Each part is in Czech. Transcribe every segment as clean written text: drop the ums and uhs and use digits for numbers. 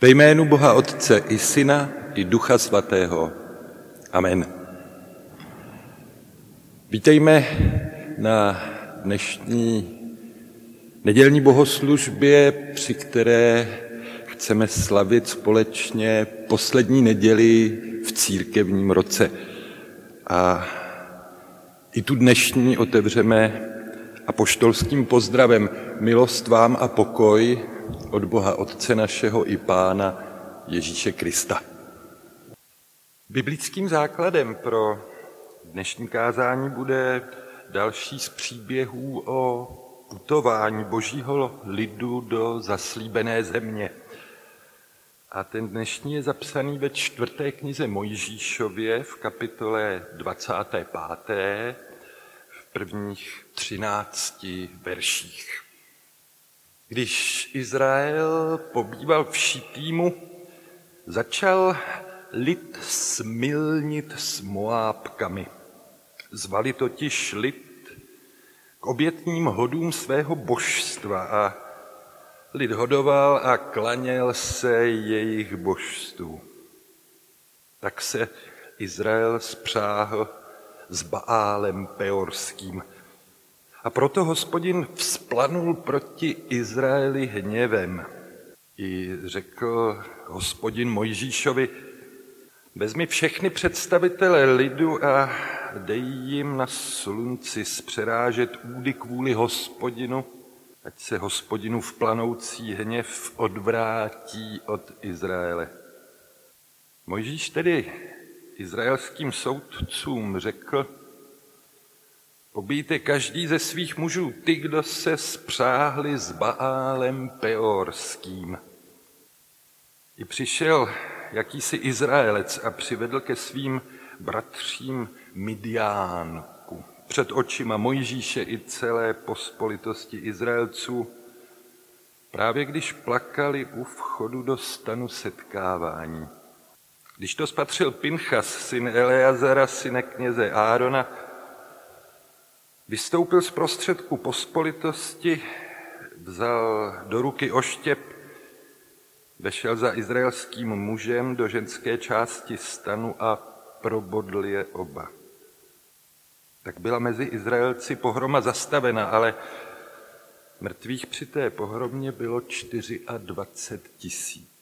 Ve jménu Boha Otce i Syna i Ducha Svatého. Amen. Vítejme na dnešní nedělní bohoslužbě, při které chceme slavit společně poslední neděli v církevním roce. A i tu dnešní otevřeme apoštolským pozdravem: milost vám a pokoj od Boha Otce našeho i Pána Ježíše Krista. Biblickým základem pro dnešní kázání bude další z příběhů o putování Božího lidu do zaslíbené země. A ten dnešní je zapsaný ve 4. knize Mojžíšově v kapitole 25. v prvních 13 verších. Když Izrael pobýval v Šittímu, začal lid smilnit s Moábkami. Zvali totiž lid k obětním hodům svého božstva a lid hodoval a klaněl se jejich božstvu. Tak se Izrael spřáhl s Baálem Peorským. A proto Hospodin vzplanul proti Izraeli hněvem. I řekl Hospodin Mojžíšovi: vezmi všechny představitele lidu a dej jim na slunci zpřerážet údy kvůli Hospodinu, ať se Hospodinův planoucí hněv odvrátí od Izraele. Mojžíš tedy izraelským soudcům řekl: pobijte každý ze svých mužů ty, kdo se spřáhli s Baálem Peorským. I přišel jakýsi Izraelec a přivedl ke svým bratřím Midiánku před očima Mojžíše i celé pospolitosti Izraelců, právě když plakali u vchodu do stanu setkávání. Když to spatřil Pinchas, syn Eleazara, syna kněze Árona, vystoupil z prostředku pospolitosti, vzal do ruky oštěp, vešel za izraelským mužem do ženské části stanu a probodl je oba. Tak byla mezi Izraelci pohroma zastavena, ale mrtvých při té pohromě bylo 24 000.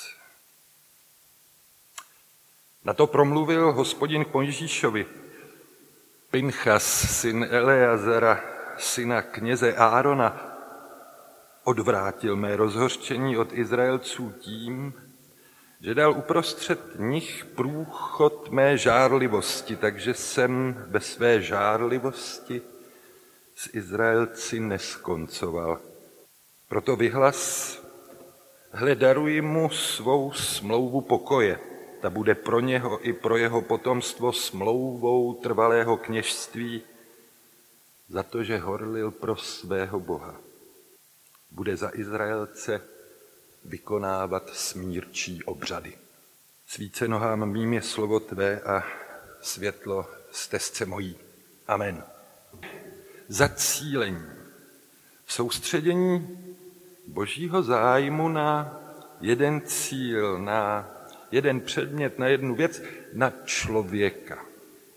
Na to promluvil Hospodin k Mojžíšovi: Pinchas, syn Eleazara, syna kněze Árona, odvrátil mé rozhořčení od Izraelců tím, že dal uprostřed nich průchod mé žárlivosti, takže jsem ve své žárlivosti s Izraelci neskoncoval. Proto vyhlas: hle, daruji mu svou smlouvu pokoje. Ta bude pro něho i pro jeho potomstvo smlouvou trvalého kněžství za to, že horlil pro svého Boha. Bude za Izraelce vykonávat smírčí obřady. Svíce nohám mým je slovo tvé a světlo stezce mojí. Amen. Zacílení. Soustředění Božího zájmu na jeden cíl, na jeden předmět, na jednu věc, na člověka.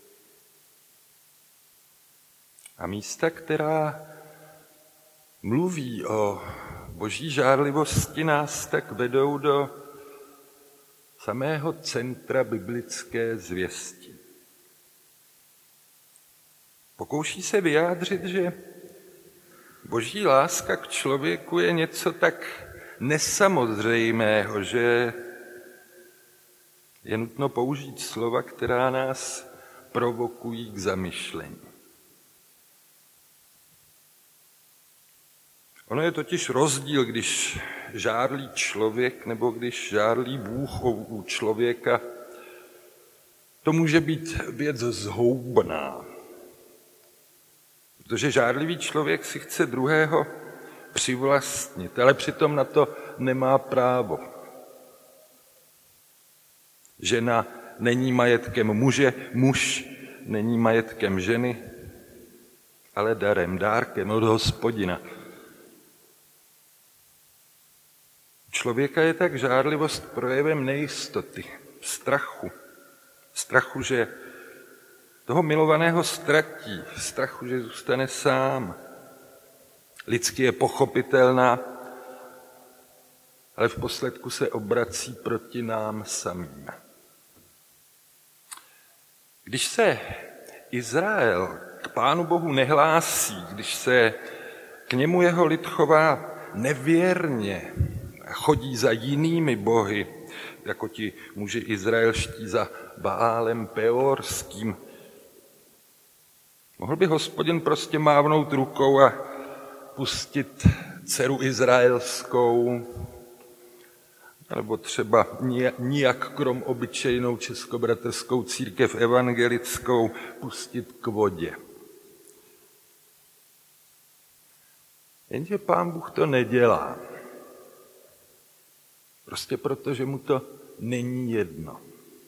A místa, která mluví o Boží žárlivosti, nás tak vedou do samého centra biblické zvěsti. Pokouší se vyjádřit, že Boží láska k člověku je něco tak nesamozřejmého, že je nutno použít slova, která nás provokují k zamyšlení. Ono je totiž rozdíl, když žárlí člověk nebo když žárlí Bůh u člověka. To může být věc zhoubná, protože žárlivý člověk si chce druhého přivlastnit, ale přitom na to nemá právo. Žena není majetkem muže, muž není majetkem ženy, ale darem, dárkem od Hospodina. člověka je tak žárlivost projevem nejistoty, strachu, že toho milovaného ztratí, strachu, že zůstane sám. Lidsky je pochopitelná, ale v posledku se obrací proti nám samým. Když se Izrael k Pánu Bohu nehlásí, když se k němu jeho lid chová nevěrně a chodí za jinými bohy, jako ti muži izraelští za Baálem Peorským, mohl by Hospodin prostě mávnout rukou a pustit dceru izraelskou, nebo třeba nijak krom obyčejnou českobratrskou církev evangelickou pustit k vodě. Jenže Pán Bůh to nedělá. Prostě proto, že mu to není jedno.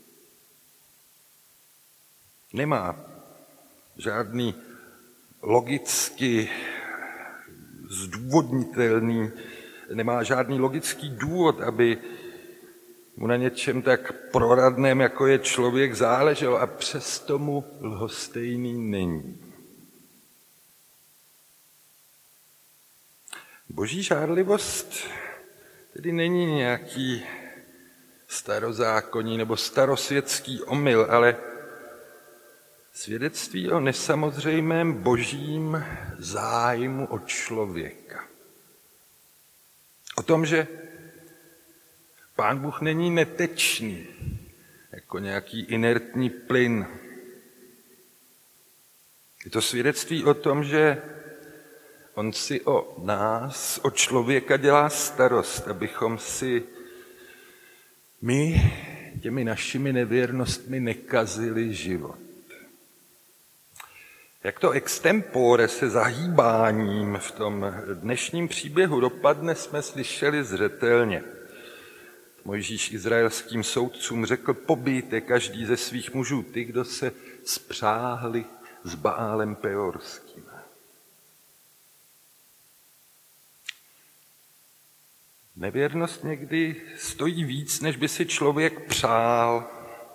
Nemá žádný logicky zdůvodnitelný, nemá žádný logický důvod, aby mu na něčem tak proradném, jako je člověk, záleželo, a přesto mu lhostejný není. Boží žárlivost tedy není nějaký starozákonní nebo starosvětský omyl, ale svědectví o nesamozřejmém božím zájmu o člověka. O tom, že Pán Bůh není netečný, jako nějaký inertní plyn. Je to svědectví o tom, že on si o nás, o člověka dělá starost, abychom si my těmi našimi nevěrnostmi nekazili život. Jak to extempore se zahýbáním v tom dnešním příběhu dopadne, jsme slyšeli zřetelně. Mojžíš izraelským soudcům řekl: pobijte každý ze svých mužů ty, kdo se spřáhli s Baálem Peorským. Nevěrnost někdy stojí víc, než by si člověk přál.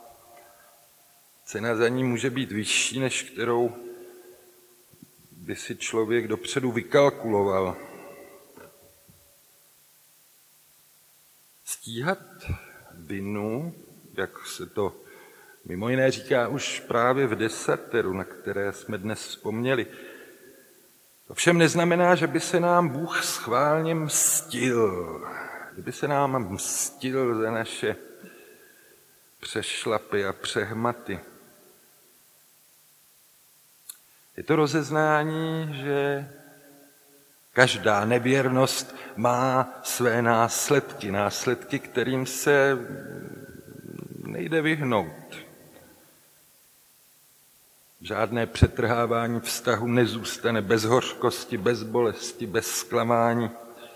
Cena za ní může být vyšší, než kterou by si člověk dopředu vykalkuloval. Stíhat vinu, jak se to mimo jiné říká už právě v desateru, na které jsme dnes vzpomněli, ovšem neznamená, že by se nám Bůh schválně mstil, kdyby se nám mstil za naše přešlapy a přehmaty. Je to rozeznání, že každá nevěrnost má své následky, kterým se nejde vyhnout. Žádné přetrhávání vztahu nezůstane bez hořkosti, bez bolesti, bez zklamání.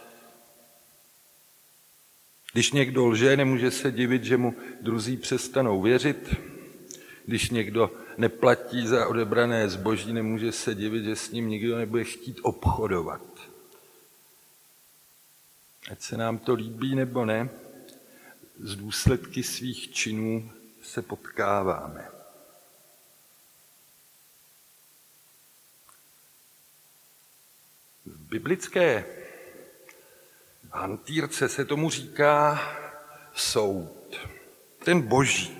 Když někdo lže, nemůže se divit, že mu druzí přestanou věřit. Když někdo neplatí za odebrané zboží, nemůže se divit, že s ním nikdo nebude chtít obchodovat. Ať se nám to líbí nebo ne, z důsledky svých činů se potkáváme. V biblické hantýrce se tomu říká soud. Ten boží.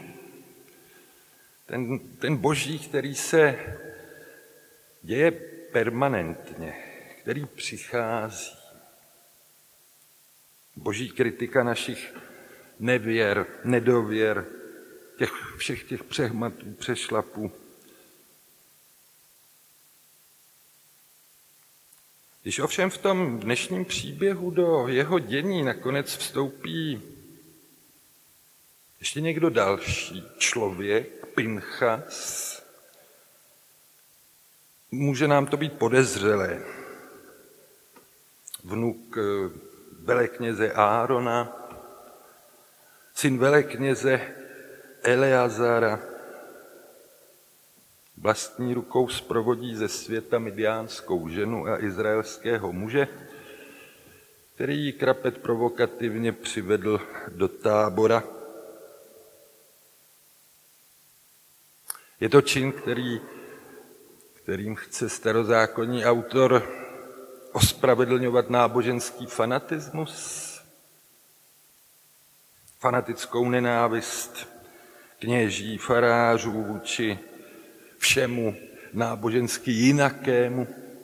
Ten boží, který se děje permanentně, který přichází. Boží kritika našich nevěr, nedověr, všech těch přehmatů, přešlapů. Když ovšem v tom dnešním příběhu do jeho dění nakonec vstoupí ještě někdo další člověk, Pinchas, může nám to být podezřelé. Vnuk velekněze Árona, syn velekněze Eleazara, vlastní rukou sprovodí ze světa midiánskou ženu a izraelského muže, který ji Krapet provokativně přivedl do Tábora. Je to čin, kterým chce starozákonní autor ospravedlňovat náboženský fanatismus, fanatickou nenávist kněží, farářů vůči všemu nábožensky jinakému.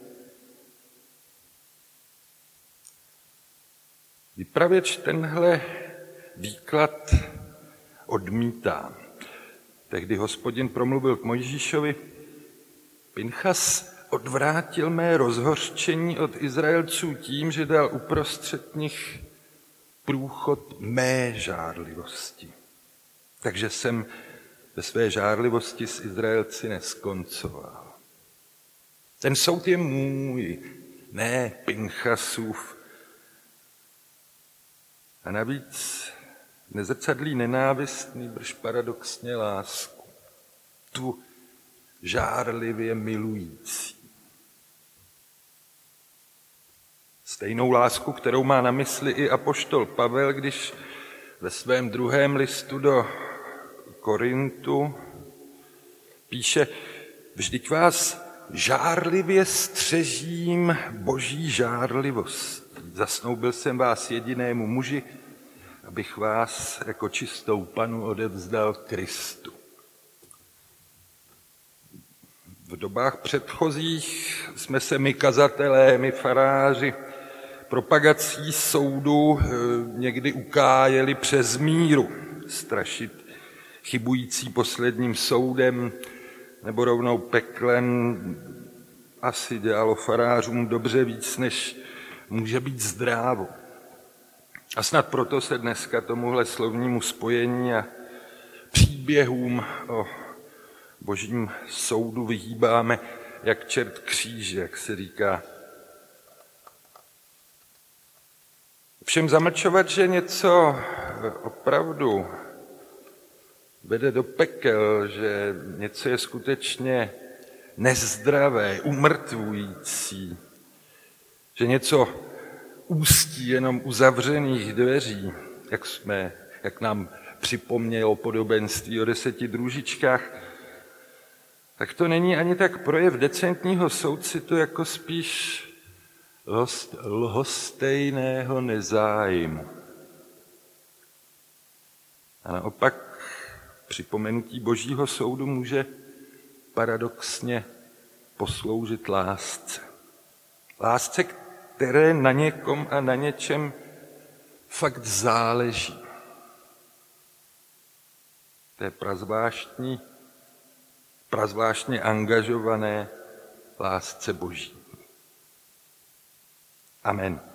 Vypravěč tenhle výklad odmítá. Tehdy Hospodin promluvil k Mojžíšovi: Pinchas odvrátil mé rozhořčení od Izraelců tím, že dal uprostřed nich průchod mé žárlivosti. Takže jsem ve své žárlivosti s Izraelci neskoncoval. Ten soud je můj, ne Pinchasův. A navíc nezrcadlí nenávist, nýbrž paradoxně lásku. Tu žárlivě milující. Stejnou lásku, kterou má na mysli i apoštol Pavel, když ve svém druhém listu do Korintu píše: Vždyť vás žárlivě střežím boží žárlivost. Zasnoubil jsem vás jedinému muži, abych vás jako čistou panu odevzdal Kristu. V dobách předchozích jsme se my kazatelé, my faráři, propagací soudu někdy ukájeli přes míru, strašit chybující posledním soudem nebo rovnou peklem asi dělalo farářům dobře víc, než může být zdrávo. A snad proto se dneska tomuhle slovnímu spojení a příběhům o božím soudu vyhýbáme jak čert kříže, jak se říká. Všem zamlčovat, že něco opravdu vede do pekel, že něco je skutečně nezdravé, umrtvující, že něco ústí jenom u zavřených dveří, jak nám připomnělo podobenství o 10 družičkách, tak to není ani tak projev decentního soucitu, jako spíš lhostejného nezájmu. A naopak připomenutí božího soudu může paradoxně posloužit lásce. Lásce, které na někom a na něčem fakt záleží. Té prazvláštně angažované lásce boží. Amen.